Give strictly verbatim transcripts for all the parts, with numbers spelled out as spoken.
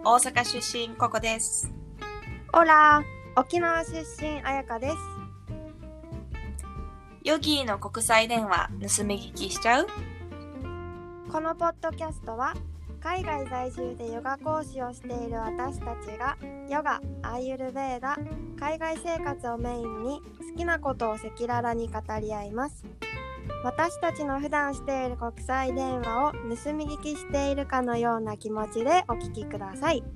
大阪出身ココです。 オラ、沖縄出身あやかです。 ヨギーの国際電話盗み聞きしちゃう？ このポッドキャストは海外在住でヨガ講師をしている私たちがヨガ、アーユルヴェーダ、海外生活をメインに好きなことを赤裸々に語り合います。私たちの普段している国際電話を盗み聞きしているかのような気持ちでお聞きください。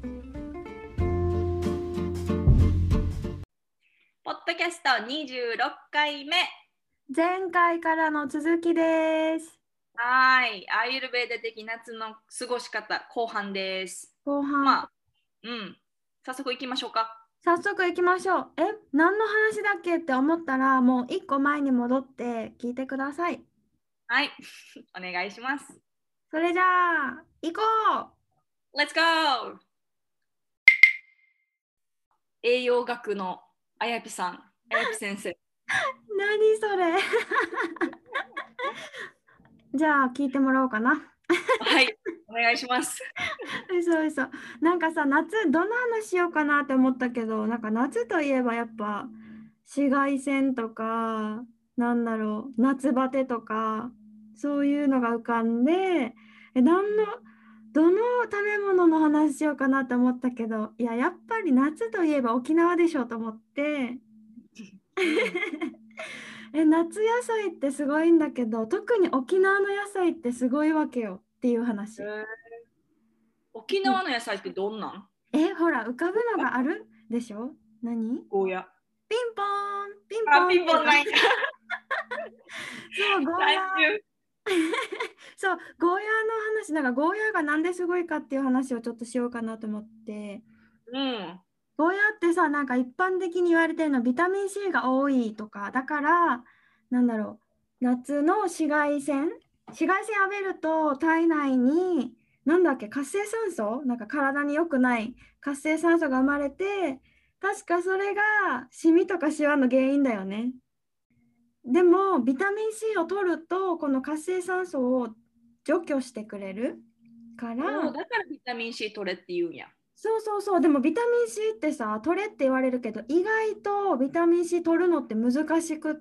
ポッドキャストにじゅうろっかいめ。 前回からの続きです。 はい、アーユルヴェーダ的夏の過ごし方後半です。 後半。 まあ、うん。早速行きましょうか。 早速行きましょう。え、何の話だっけって思ったら、もう一個前に戻って聞いてください。 はい、お願いします。 それじゃあ、行こう !Let's go! 栄養学のあやぴさん、あやぴ先生。 何それじゃあ、聞いてもらおうかな。 はい、お願いします。 嘘嘘。なんかさ、夏、どんな話しようかなって思ったけど、なんか夏といえばやっぱ、紫外線とか、なんだろう、夏バテとか、そういうのが浮かんで、え、何の、どの食べ物の話しようかなって思ったけど、いや、やっぱり夏といえば沖縄でしょと思って、え、夏野菜ってすごいんだけど、特に沖縄の野菜ってすごいわけよっていう話。 えー、沖縄の野菜ってどんなん？ え、ほら、浮かぶのがあるでしょ？何？ ゴーヤ。 ピンポーン、ピンポあ、 ーンピンポンない。 そう、ゴーヤー。そう、ゴーヤーの話、なんかゴーヤーがなんですごいかっていう話をちょっとしようかなと思って。 うん。 ゴーヤーってさ、なんか一般的に言われてるのビタミン C が多いとか、だから、なんだろう、夏の紫外線、紫外線浴びると体内に、なんだっけ、活性酸素なんか体に良くない活性酸素が生まれて、確かそれがシミとかシワの原因だよね。でも、ビタミン C を取ると、この活性酸素を除去してくれるから、 おー、だからビタミン C 取れって言うんや。 そうそうそう、でもビタミン C ってさ、取れって言われるけど、意外とビタミン C 取るのって難しくって、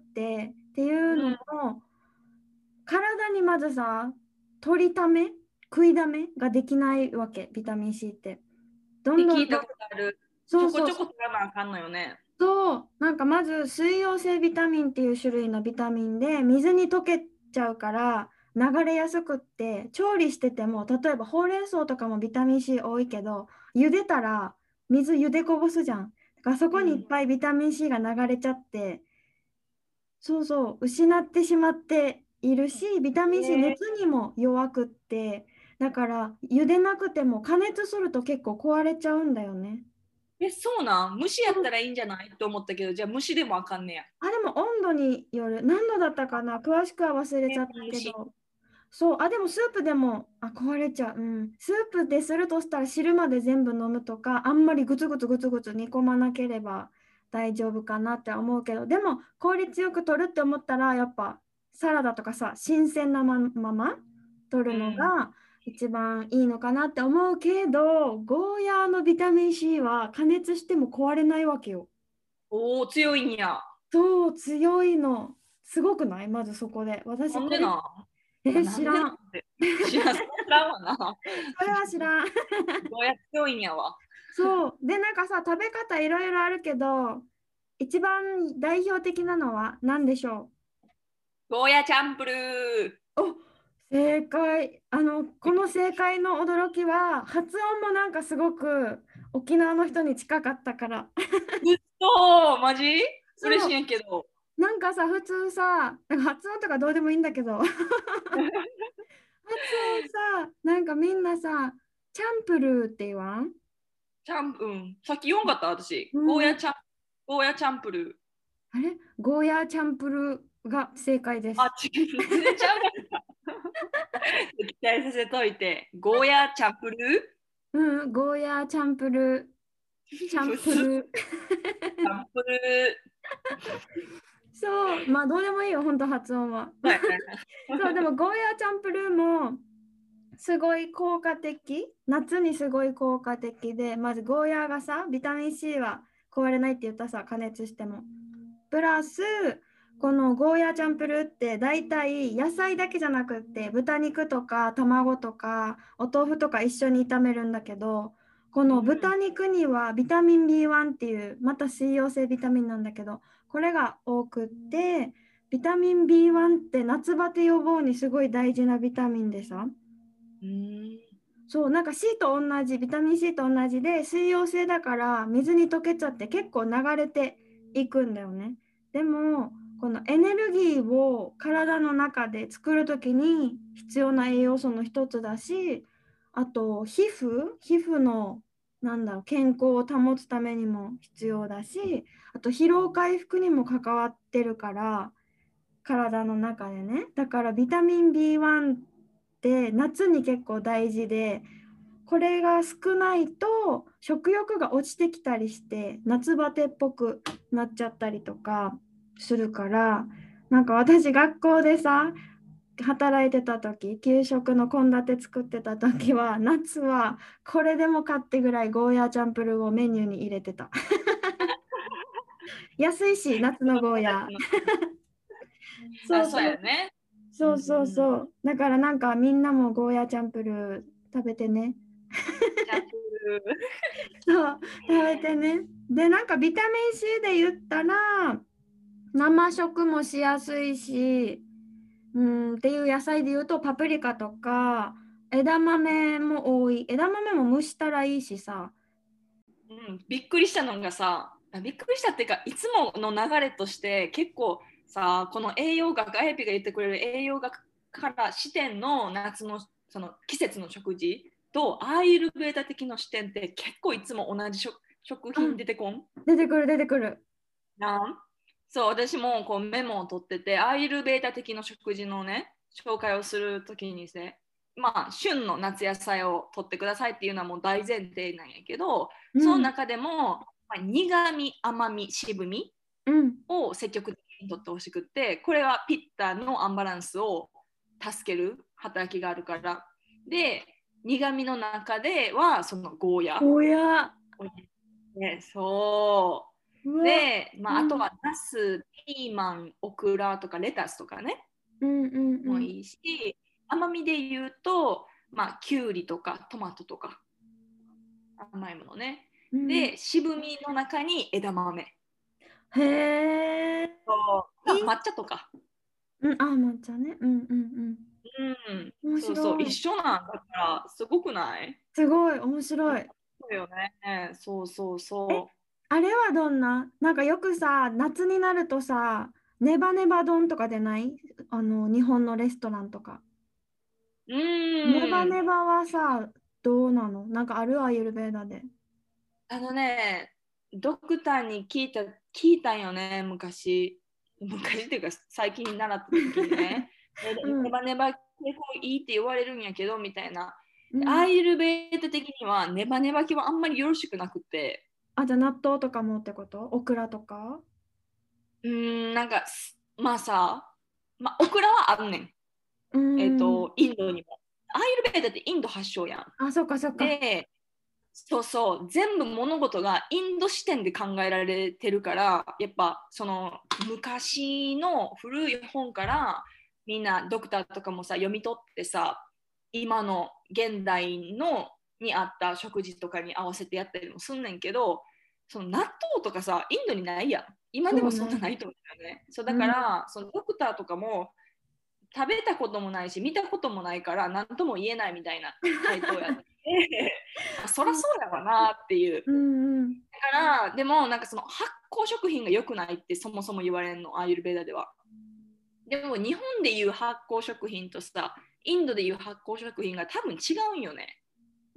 っていうのうん。 も、体にまずさ、取りため、食いだめができないわけ、ビタミン C って。どんどんどん、 って聞いたことある。ちょこそうそうちょこ取らなあかんのよね。 そう、なんかまず水溶性ビタミンっていう種類のビタミンで水に溶けちゃうから流れやすくって調理してても例えばほうれん草とかもビタミン C 多いけど茹でたら水茹でこぼすじゃん。だからそこにいっうん。 ぱいビタミン C が流れちゃってそうそう失ってしまっているしビタミン C え熱にも弱くってだから茹でなくても加熱すると結構壊れちゃうんだよね。 ー、え、そうなん？虫やったらいいんじゃないと思ったけど、じゃあ虫でもあかんねや。 あ、でも温度による。何度だったかな詳しくは忘れちゃったけ虫。 ど。そう、あ、でもスープでも、あ、壊れちゃう。うん。スープでするとしたら汁まで全部飲むとか、あんまりグツグツグツグツ煮込まなければ大丈夫かなって思うけど、でも効率よく取るって思ったら、やっぱサラダとかさ、新鮮なままま取るのうん。 が一番いいのかなって思うけど、ゴーヤーのビタミン C は加熱しても壊れないわけよ。 おお、強いんや。 そう、強いの。すごくないまずそこで。私これ、 なんでな？あ、 え、 なんでなん知らん。 て。知らん、知らんわな。 それは知らん。 どうやって強いんやわ。 そう。で、なんかさ、食べ方いろいろあるけど、一番代表的なのは何でしょゴーヤチャンプルー。 う？お、正解。あの、この正解の驚きは、発音もなんかすごく沖縄の人に近かったから。 うっそー、マジ？嬉しいんそう。 やけど。 なんかさ、普通さ、なんか発音とかどうでもいいんだけど、発音さ、なんかみんなさ、チャンプルーって言わん？ チャン、うん。さっき言わんかった私。 うん、 ゴーヤチャン、ゴーヤチャンプルー。 あれゴーヤーチャンプルーが正解であ、 す。 違う、全然ちゃうやんか。期待させといて。ゴーヤチャンプルー。 うん、ゴーヤーチャンプルー、チャンむす。チプルー。 ャンプルそう、まあどうでもいいよ、本当発音は。 ー。はいはいはい。 そう、でもゴーヤーチャンプルーも、 すごい効果的、夏にすごい効果的で、まずゴーヤーがさ、ビタミン C は壊れないって言ったさ、加熱しても。プラス、このゴーヤーチャンプルーって大体野菜だけじゃなくって豚肉とか卵とかお豆腐とか一緒に炒めるんだけど、この豚肉にはビタミン ビーワン っていうまた水溶性ビタミンなんだけど、これが多くって、ビタミン ビーワン って夏バテ予防にすごい大事なビタミンでさ、 うん。 そう、なんか C と同じ、ビタミン C と同じで、水溶性だから水に溶けちゃって結構流れていくんだよね。でも、このエネルギーを体の中で作るときに必要な栄養素の一つだし、あと皮膚、皮膚のなんだろう、健康を保つためにも必要だし、あと疲労回復にも関わってるから、体の中でね。だからビタミン ビーワン って夏に結構大事で、これが少ないと食欲が落ちてきたりして夏バテっぽくなっちゃったりとかするから、なんか私学校でさ、働いてた時、給食の献立作ってた時は、夏はこれでもかってぐらいゴーヤーチャンプルーをメニューに入れてた。安いし、夏のゴーヤー。そあ、そううそう。 やね。 そうそううん。 そう。だからなんかみんなもゴーヤーチャンプルー食べてね。 チャンプルー。 そう、食べてね。で、なんかビタミン C で言ったら、生食もしやすいし、うんっていう野菜で言うとパプリカとか枝豆も多い。枝豆も蒸したらいいしさ。 うん、びっくりしたのがさ、びっくりしたっていうか、いつもの流れとして結構さ、この栄養学、あやぴが言ってくれる栄養学から視点の夏のその季節の食事とアーユルベーダ的な視点って結構いつも同じ食食品うん、 出てこん出てくる出てくる。 なんそう、私もこうメモを取ってて、アーユルベーダ的な食事のね、紹介をするときにですね、まあ、旬の夏野菜を取ってくださいっていうのはもう大前提なんやけど、そのうん、 中でも、まあ、苦味、甘み、渋みうん、 を積極的に取ってほしくって、これはピッタのアンバランスを助ける働きがあるから。で、苦味の中ではそのゴーヤ。 ゴーヤね、そー。うう。 わ。 で、まあ、あとうん、 はナス、ピーマン、オクラとかレタスとかね、 うん、うん、うん。 もいいし、甘みで言うと、まあ、キュウリとかトマトとか甘いものね。 うん、 で、渋みの中に枝豆。 へえ。 そう、 いい。 抹茶とか。 うん、あ、抹茶ね。うん、うん、 うん、 うん。面そうそう、 白い。 一緒なんだから、すごくない？ すごい、面白い。 そうよね。そうそうえ、 そあれはどんななんかよくさ、夏になるとさ、ネバネバ丼とか出ない？あの、日本のレストランとか。 う。うん。 ネバネバはさ、どうなの？なんかある？アーユルベーダで。 あのね、ドクターに聞いた、聞いたんよね、昔。昔っていうか、最近習った時にね。えうん、 ネバネバ結構いいって言われるんやけど、みたいな。 うん。 アーユルベータ的には、ネバネバ系はあんまりよろしくなくて、 あ、じゃあ納豆とかもってこと？オクラとか？ うーん、なんか、まあさ、まあ、オクラはあんねん。 うーえっ、 ん。 と、インドにも。アーユルベータってインド発祥やん。 あ、そっかそっか。 で、そうそう、全部物事がインド視点で考えられてるから、やっぱその昔の古い本からみんなドクターとかもさ読み取ってさ、今の現代のに合った食事とかに合わせてやったりもすんねんけど、その納豆とかさインドにないやん。今でもそんなそうね。 ないと思うんだよね。そうだうん。 からそのドクターとかも食べたこともないし見たこともないから何とも言えないみたいな回答やってあそらそうやわなっていう。 うんうん。 だからでもなんかその発酵食品が良くないってそもそも言われるのアーユルベーダでは。でも日本でいう発酵食品とさインドでいう発酵食品が多分違うんよね。 うん。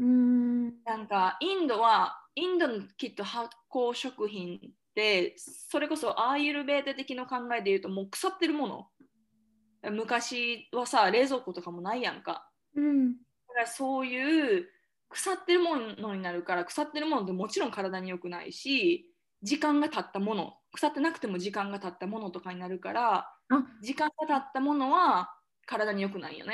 なんかインドはインドのきっと発酵食品ってそれこそアーユルベーダ的な考えで言うともう腐ってるもの。昔はさ冷蔵庫とかもないやんか。 うん。 だからそういう腐ってるものになるから腐ってるものってもちろん体に良くないし時間が経ったもの腐ってなくても時間が経ったものとかになるからあ、 時間が経ったものは体に良くないよね。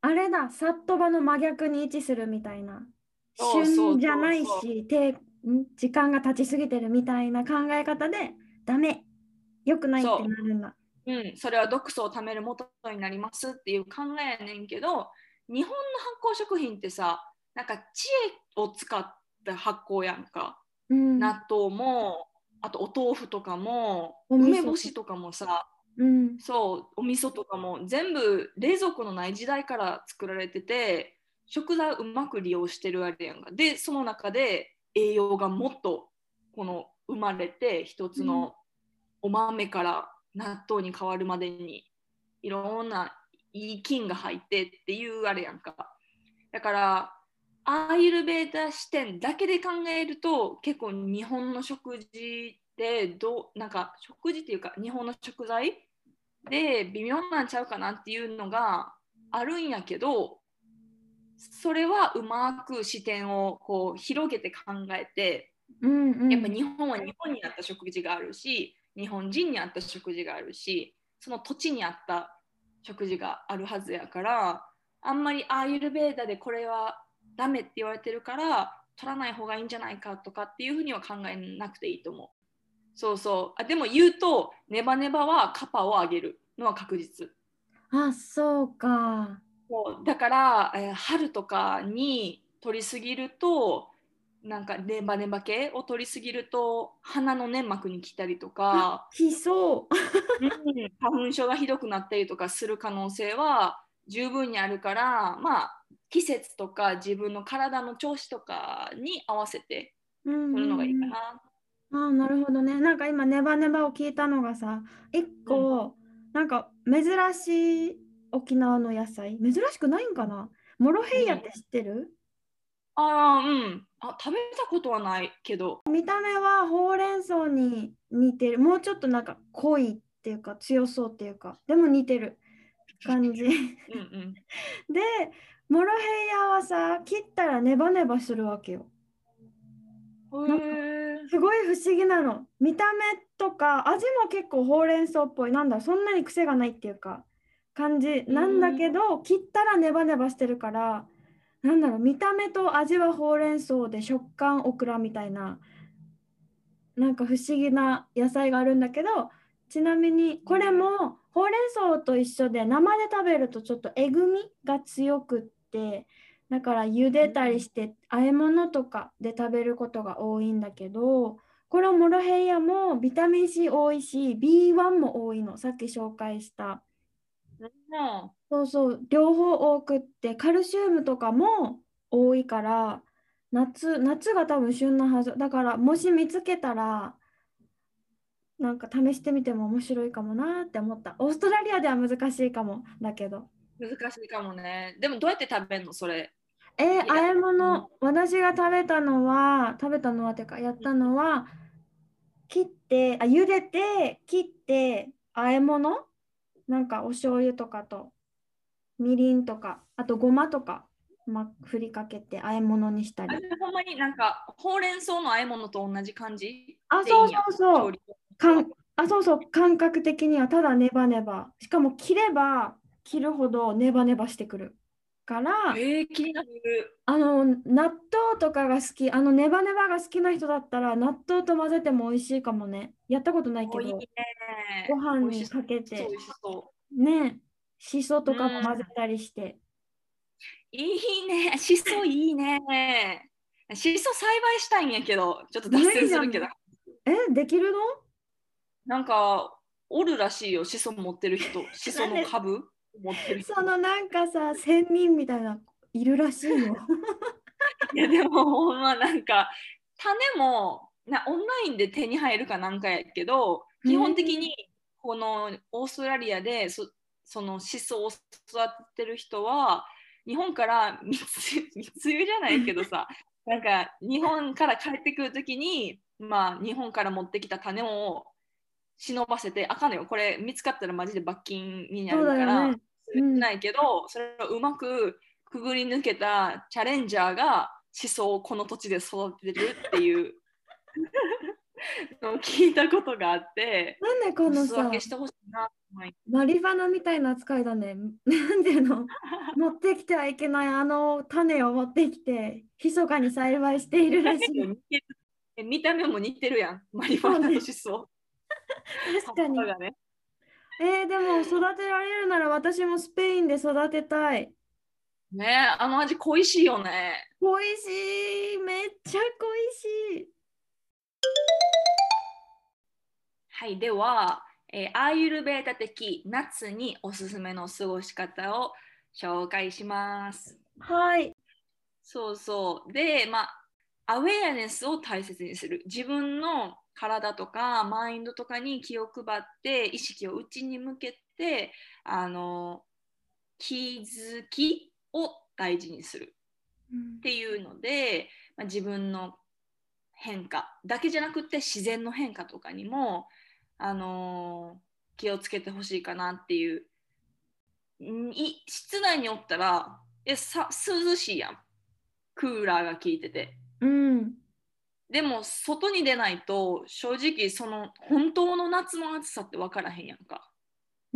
あれだ、サットバの真逆に位置するみたいな。 そうそう旬じゃないそうそし、てん時間が経ちすぎてるみたいな考え方で、ダメ、良くう。 ないってそなるんだ。 う。うん。それは毒素を貯める元になりますっていう考えやねんけど、日本の発酵食品ってさ、なんか知恵を使った発酵やんか。 うん、 納豆も、あとお豆腐とかも、 お味噌。 梅干しとかもさ、 うん、 そう、お味噌とかも全部冷蔵庫のない時代から作られてて、食材をうまく利用してるあれやんか。で、その中で栄養がもっとこの生まれて、一うん、 つのお豆から納豆に変わるまでにいろんないい菌が入ってっていうあれやんか。だからアーユルベーダ視点だけで考えると結構日本の食事でどうなんか食事っていうか日本の食材で微妙なんちゃうかなっていうのがあるんやけど、それはうまく視点をこう広げて考えて、 うん、うやっぱん。 日本は日本に合った食事があるし、日本人に合った食事があるし、その土地に合った食事があるはずやから、あんまりアーユルベーダでこれはダメって言われてるから取らない方がいいんじゃないかとかっていうふうには考えなくていいと思う。そうそう。あでも言うと、ネバネバはカパを上げるのは確実。 あ、そうか。 そうだから、えー春とかに取りすぎると、なんかネバネバ系を取りすぎると鼻の粘膜に来たりとあ、 か、 来そう。 うん、花粉症がひどくなったりとかする可能性は十分にあるから、まあ季節とか自分の体の調子とかに合わせてうん、 取るのがいいうん、 かな。 うん。あ、なるほどね。なんか今、ネバネバを聞いたのがさ、一うん、 個、なんか珍しい沖縄の野菜。珍しくないんかな。モロヘイヤっうん、 て知ってる？ ああ、うん。あ、食べたことはないけど。 見た目はほうれん草に似てる。もうちょっとなんか濃いっていうか強そうっていうか、でも似てる感じ。 うんうん。 で、モロヘイヤはさ、切ったらネバネバするわけよ。 へなんかえ。 すごい不思議なの。見た目とか味も結構ほうれん草っぽい。なんだ、そんなに癖がないっていうか感じうなんだん。 けど、切ったらネバネバしてるから、なんだろう、見た目と味はほうれん草で食感オクラみたいな、なんか不思議な野菜があるんだけど、ちなみにこれもほうれん草と一緒で生で食べるとちょっとえぐみが強くって、だから茹でたりして和え物とかで食べることが多いんだけど、このモロヘイヤもビタミン C 多いし ビーワン も多いの、さっき紹介した。 うん。 そうそう、両方多くってカルシウムとかも多いから、夏夏が多分旬なはずだから、もし見つけたらなんか試してみても面白いかもなって思った。オーストラリアでは難しいかもだけど。 難しいかもね。でもどうやって食べるのそれ？ えー、 いや、 和えうん、 物、私が食べたのは、食べたのはてか、やったのは、切って、あ、茹でて、切って、和え物なんかお醤油とかと、みりんとか、あとごまとか、ま、振りかけて和え物にしたあり。 れほんまになんかほうれん草の和え物と同じ感じあ、そうそでいいんや。 うそう。 調理法としては。 かん、あ、そうそう。感覚的にはただネバネバ。しかも切れば切るほどネバネバしてくるから、 えー、気になる。 あの、納豆とかが好き、あのネバネバが好きな人だったら、納豆と混ぜても美味しいかもね。やったことないけお、いいど、ごね。美味し飯にかけそう、 て、 美味しそね、しそう。 とかもうん。 混ぜたりして。 いいね。しそいいね。しそ栽培したいんやけど、ちょっと脱ないじゃん。 線するけど。 え、できるの？ なんか、おるらしいよ、しそ持ってる人。しそなんで、 の株持ってる人。 そのなんかさ、仙人みたいな、いるらしいよ。 いやでもほんまなんか種もなオンラインで手に入るかなんかやけど、 へ基本的え。 にこのオーストラリアでそそのシソを育ててる人は日本から密密輸じゃないけどさ、なんか日本から帰ってくるときに、まあ、日本から持ってきた種を忍ばせてあかんのよ、これ見つかったらマジで罰金になそうるからだよね。うん。 しないけど、それをうまくくぐり抜けたチャレンジャーが思想をこの土地で育てるっていう聞いたことがあって、 なんでこおのさ、 裾分けしてほしいなと思い。 マリファナみたいな扱いだね。なんでの、持ってきてはいけないあの種を持ってきて、密かに栽培しているらしい。 似てるえ見た目も似てるやん、マリファナのそうね、 シソ。葉っ確かに。 ぱがね。 えー、でも育てられるなら私もスペインで育てたい。 ねえ、あの味恋しいよね。 恋しい。めっちゃ恋しい。 はい、では、えーアーユルベータ的夏におすすめの過ごし方を紹介します。 はい。 そうそう。で、まあ、アウェアネスを大切にする。自分の体とかマインドとかに気を配って意識を内に向けてあの気づきを大事にするっていうので、まあ、自分の変化だけじゃなくて自然の変化とかにも、あの気をつけてほしいかなっていう。い室内におったらえさ涼しいやん、クーラーが効いてて。 うん。 でも外に出ないと正直その本当の夏の暑さって分からへんやんか。 うん。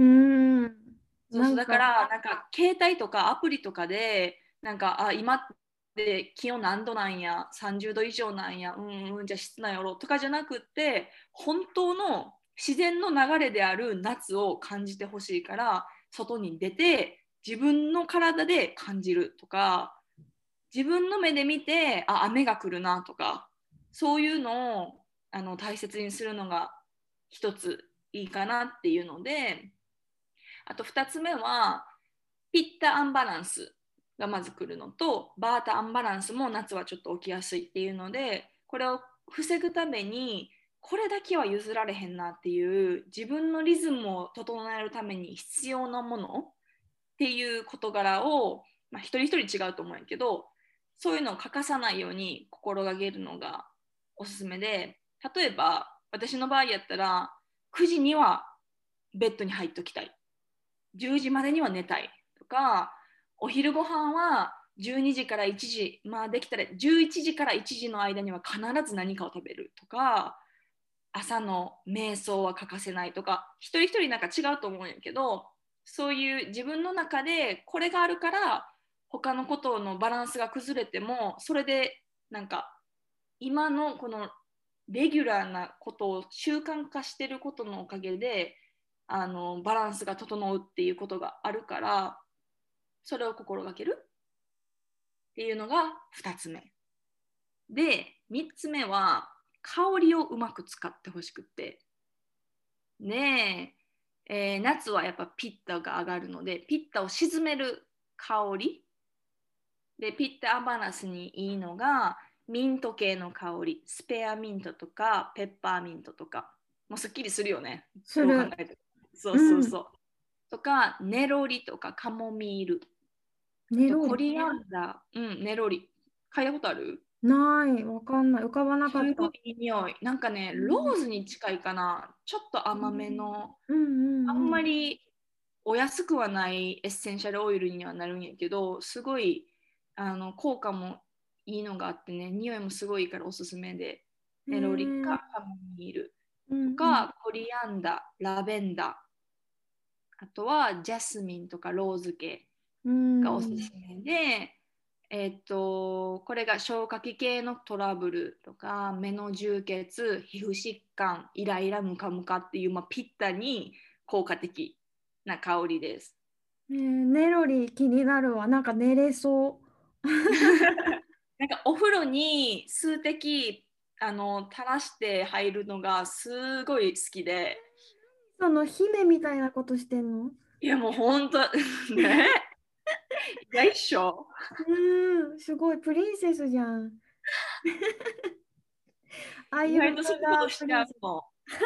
そうそう、 なんか、 だからなんか携帯とかアプリとかでなんかあ今って気温何度なんや、さんじゅうど以上なんや、うんうんじゃあ室内やろうとかじゃなくって本当の自然の流れである夏を感じてほしいから外に出て自分の体で感じるとか、自分の目で見てあ雨が来るなとか、そういうのをあの大切にするのが一ついいかなっていうので、あとふたつめはピッタアンバランスがまず来るのと、バータアンバランスも夏はちょっと起きやすいっていうので、これを防ぐためにこれだけは譲られへんなっていう自分のリズムを整えるために必要なものっていう事柄を、まあ、一人一人違うと思うんやけど、そういうのを欠かさないように心がけるのがおすすめで、例えば私の場合やったらくじにはベッドに入っときたい、じゅうじまでには寝たいとか、お昼ご飯はじゅうにじからいちじ、まあできたらじゅういちじからいちじの間には必ず何かを食べるとか、朝の瞑想は欠かせないとか、一人一人なんか違うと思うんやけど、そういう自分の中でこれがあるから他のことのバランスが崩れてもそれでなんか今のこのレギュラーなことを習慣化してることのおかげであのバランスが整うっていうことがあるから、それを心がけるっていうのがふたつめで、みっつめは香りをうまく使ってほしくって、ねええー夏はやっぱピッタが上がるのでピッタを沈める香りで、ピッタアバナスにいいのがミント系の香り、スペアミントとかペッパーミントとか、もうすっきりするよね、どう考する。 えても。そうそううん。 そうとか、ネロリとかカモミール、あとネロリ。 コリアンダー、うん、ネロリ嗅いだことある？ ない。わかんない。浮かばなかった。 すごいいい匂い。なんかね、ローズに近いかな。ちょっと甘めの、 うんうあんんうん。 まりお安くはないエッセンシャルオイルにはなるんやけど、すごいあの効果もいいのがあってね、匂いもすごいいいからおすすめで、 へネロリえ。 かカモミールうんうん。 とか、コリアンダー、ラベンダー、あとはジャスミンとかローズ系うがおすすん。 めで、えっと、これが消化器系のトラブルとか目の充血、皮膚疾患、イライラ、ムカムカっていう、まあ、ピッタに効果的な香りです。 えー、ネロリ気になるわ。なんか寝れそう。 なんかお風呂に数滴あの垂らして入るのがすごい好きで、 その姫みたいなことしてんの？ いやもう本当ね、意外っしょ。 うん、すごいプリンセスじゃん。アー意ユルベ外とそういうこーダとしちプリンセス。 ゃうの。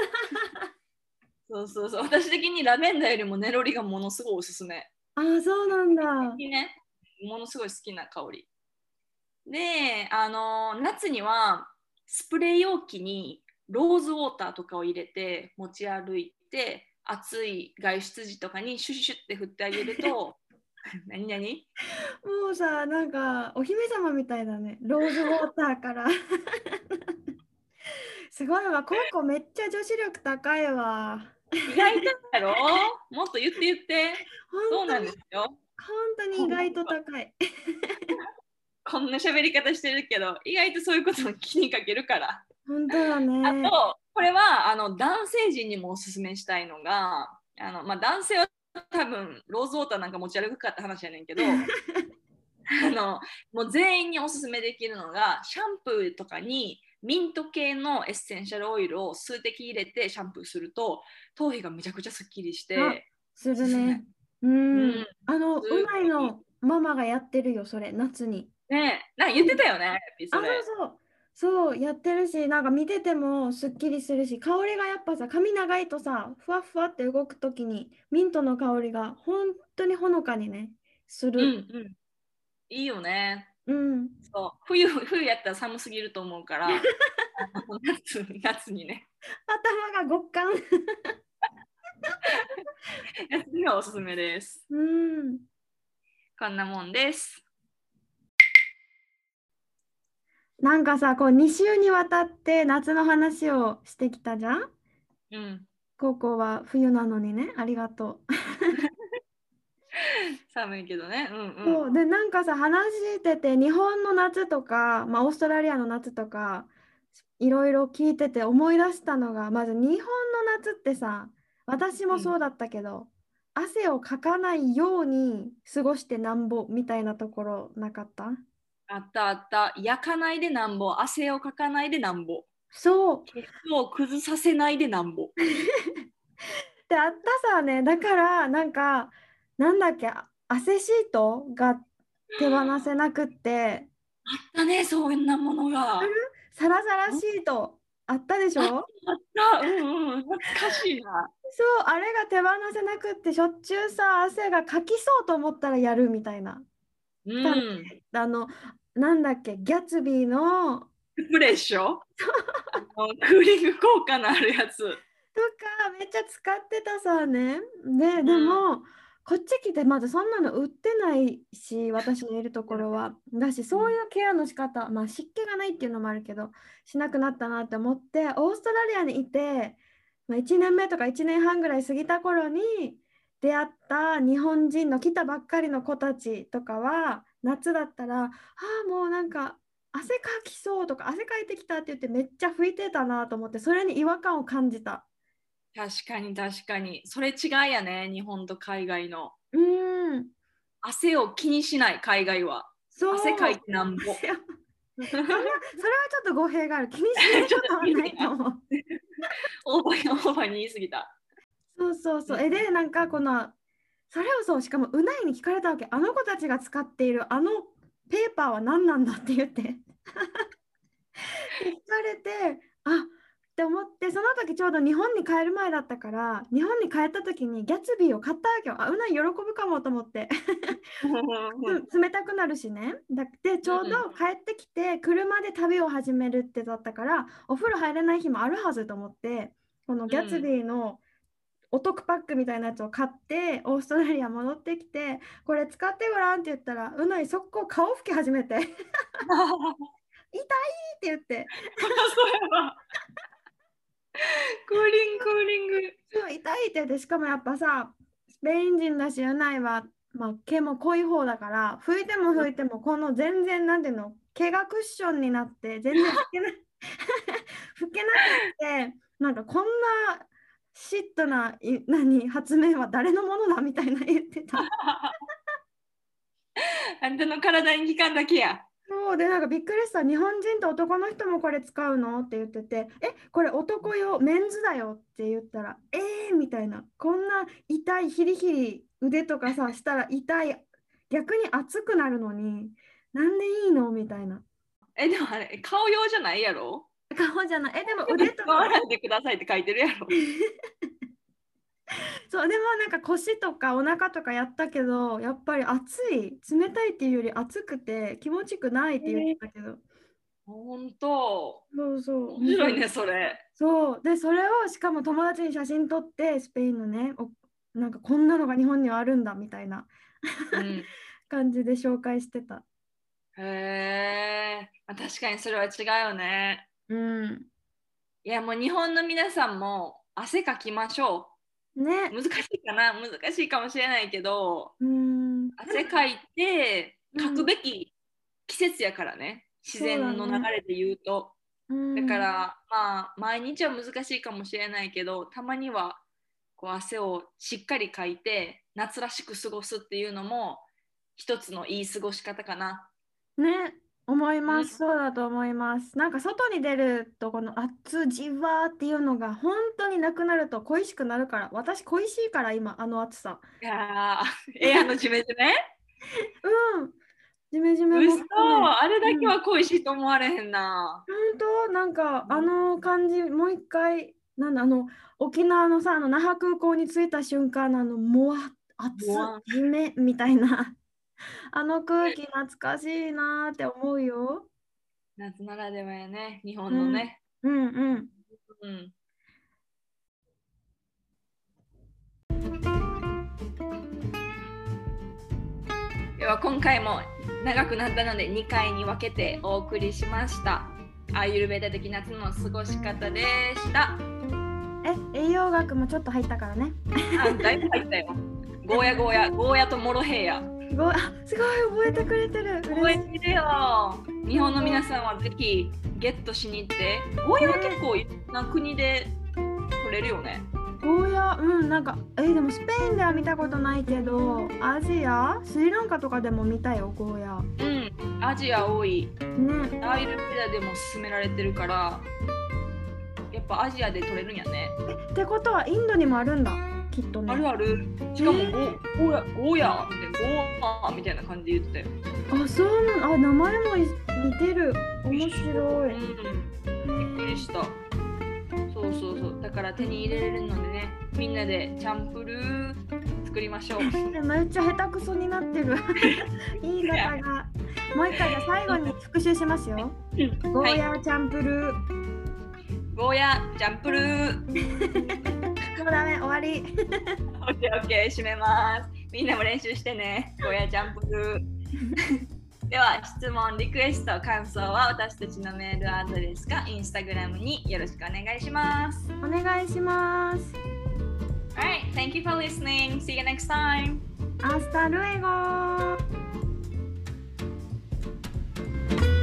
そうそうそう、私的にラベンダーよりもネロリがものすごいおすすめ。 ああ、そうなんだ。 ね、ものすごい好きな香り。で、あの夏にはスプレー容器にローズウォーターとかを入れて持ち歩いて、暑い外出時とかにシュシュシュって振ってあげると何何もうさ、なんかお姫様みたいだね。ローズウォーターからすごいわ、高校めっちゃ女子力高いわ。 意外とやろもっと言って言って。そうなん本当に、 ですよ。 本当に意外と高い。 こんな喋り方してるけど、意外とそういうことを気にかけるから。 本当だあね。 と、これはあの男性陣にもおすすめしたいのが、あのまあ、男性は多分ローズウォーターなんか持ち歩くかって話やねんけど、あのもう全員におすすめできるのが、シャンプーとかにミント系のエッセンシャルオイルを数滴入れてシャンプーすると、頭皮がめちゃくちゃすっきりしあ、 て、 すおすすめ。 るね。うん。 うん、 あの、うすごいいい。 ないのママがやってるよ、それ、夏に。 ねえ、なんか言ってうん。 たよね、 あ、 それ。 そうそう。そう、やってるし、なんか見ててもすっきりするし、香りがやっぱさ、髪長いとさ、ふわふわって動くときに、ミントの香りが本当にほのかにね、すうんる。 うん。いいよね。 うん。 そう。冬、冬やったら寒すぎると思うから、あの夏、夏にね、 頭が極寒。 夏にはおすすめです。 うん。 こんなもんです。 なんかさ、こうに週にわたって夏の話をしてきたじゃん。 うん。 高校は冬なのにね、ありがとう。 寒いけどね。うんうん。 そうで、なんかさ、話してて、日本の夏とか、まあ、オーストラリアの夏とか、いろいろ聞いてて思い出したのが、まず日本の夏ってさ、私うん。 もそうだったけど、汗をかかないように過ごしてなんぼみたいなところなかった？ あったあった。焼かないでなんぼ。汗をかかないでなんぼ。 そう。 毛を崩させないでなんぼ。 で、あったさね、だからなんか、なんだっけ、あ汗シートが手放せなくって、 あったね、そんなものあるが。 サラサラうん、 シートあったでしあっょ？ た。うんうん。懐かしいな。 そう、あれが手放せなくってしょっちゅうさ、汗がかきそうと思ったらやるみたいなう感ん。 じ。あの、なんだっけ、ギャツビーのスプレッショあのクーリング効果のあるやつ。 とかめっちゃ使ってたさね。で、でうん。 も、こっち来てまずそんなの売ってないし、私のいるところは。だし、 うん。 そういうケアの仕方、まあ湿気がないっていうのもあるけど、しなくなったなって思って、オーストラリアにいて、まあ、いちねんめとかいちねんはんぐらい過ぎた頃に出会った日本人の来たばっかりの子たちとかは、夏だったら、ああ、もうなんか、汗かきそうとか汗かいてきたって言ってめっちゃ拭いてたなと思ってそれに違和感を感じた。 確かに確かに。それ違いやね、日本と海外の。 うーん、 汗を気にしない、海外は。汗かそう。 いてなんぼ。 それは、それはちょっと語弊がある。気にしないちょっとことはない言い過ぎた。 と思う。 オーバー、オーバーに言い過ぎた。 そうそうそう。 うん。 え、で、なんかこの、それをそう、しかもうないに聞かれたわけ。あの子たちが使っているあのペーパーは何なんだって言って。で聞かれて、あって思って、その時ちょうど日本に帰る前だったから、日本に帰った時にギャツビーを買ったわけよ。あ、うない喜ぶかもと思って。つ冷たくなるしね。だってちょうど帰ってきて車で旅を始めるってだったからお風呂入れない日もあるはずと思ってこのギャツうん。 ビーのお得パックみたいなやつを買ってオーストラリア戻ってきてこれ使ってごらんって言ったらうない速攻顔拭き始めて痛いって言ってそうやわ。クーリング、クーリング。 そう痛いって言ってしかもやっぱさスペイン人だしうないは、まあ、毛も濃い方だから拭いても拭いてもこの全然なんていうの毛がクッションになって全然拭けない拭けなくってなんかこんなシットない何発明は誰のものだみたいな言ってた。 あんたの体に効かんだけや。 そうでなんかびっくりした日本人と男の人もこれ使うのって言っててえこれ男用メンズだよって言ったらえーみたいなこんな痛いヒリヒリ腕とかさしたら痛い逆に熱くなるのになんでいいのみたいなえ、でもあれ、顔用じゃないやろ？ 顔じゃないえでも腕とか使わないでくださいって書いてるやろ。 そうでもなんか腰とかお腹とかやったけどやっぱり暑い冷たいっていうより暑くて気持ちよくないって言ってたけどほんと。 そうそう面白い面白いね、それ。 そうでそれをしかも友達に写真撮ってスペインのねおなんかこんなのが日本にはあるんだみたいなうん。 感じで紹介してた。 へえ。まあ確かにそれは違うよね。 うんいやもう日本の皆さんも汗かきましょう。 ね。 難しいかな難しいかもしれないけど、 うーん。 汗かいてうんかくべき季節やからね。自然の流れで言うと。 うんだからまあ毎日は難しいかもしれないけど、たまにはこう汗をしっかりかいて夏らしく過ごすっていうのも一つのいい過ごし方かな。 ね、思いまうんす。そうだと思います。なんか外に出るとこの熱じわーっていうのが本当になくなると恋しくなるから。私恋しいから今あの暑さ。 いやー、えあのジメジメうん。ジメジメも嘘含め。 あれだけうんは恋しいと思われへんな。 本当なんかあの感じもう一回なんだあの沖縄のさあの那覇空港に着いた瞬間のあのもわ熱もわじめみたいなあの空気懐かしいなーって思うよ。 夏ならではやね、日うん本のね。 うんうんうんでは今回も長くなったのでにかいに分けてお送りしました。アーユルベーダ的夏の過ごし方でした。 え栄養学もちょっと入ったからね。 あ、だいぶ入ったよ。ゴーヤゴーヤ、ゴーヤとモロヘイヤ。 ごあすごい覚えてくれてる。 覚嬉しい。 えてるよ。日本の皆さんはぜひゲットしに行って。ゴーヤは結構いろんな国で取れるよね。 ゴーヤうんなんかえでもスペインでは見たことないけどアジアスリランカとかでも見たよゴーヤ。 うん、アジア多い。 ね。 アーユルベーダでも勧められてるから、やっぱアジアで取れるんやね。 ってことはインドにもあるんだきっとね。 あるある。しかもゴーゴーヤ、ゴーヤみたいな、ゴーヤみたいな感じで言ってたよ。 あそうなんあ名前もい似てる。面白い。 うん、びっくりした。そうそうそう。だから手に入れれるのでね、みんなでチャンプルー作りましょう。 めっちゃ下手くそになってる。言い方が。もう一回じゃあ最後に復習しますよ。ゴーヤーチャンプルー。 ゴーヤチャンプルー。 もうダメ終わり。 オッケーオッケー閉めます。みんなも練習してね。ゴーヤチャンプルー。では質問、リクエスト、感想は私たちのメールアドレスかインスタグラムによろしくお願いします。 お願いします。 Alright, thank you for listening. See you next time. Hasta luego.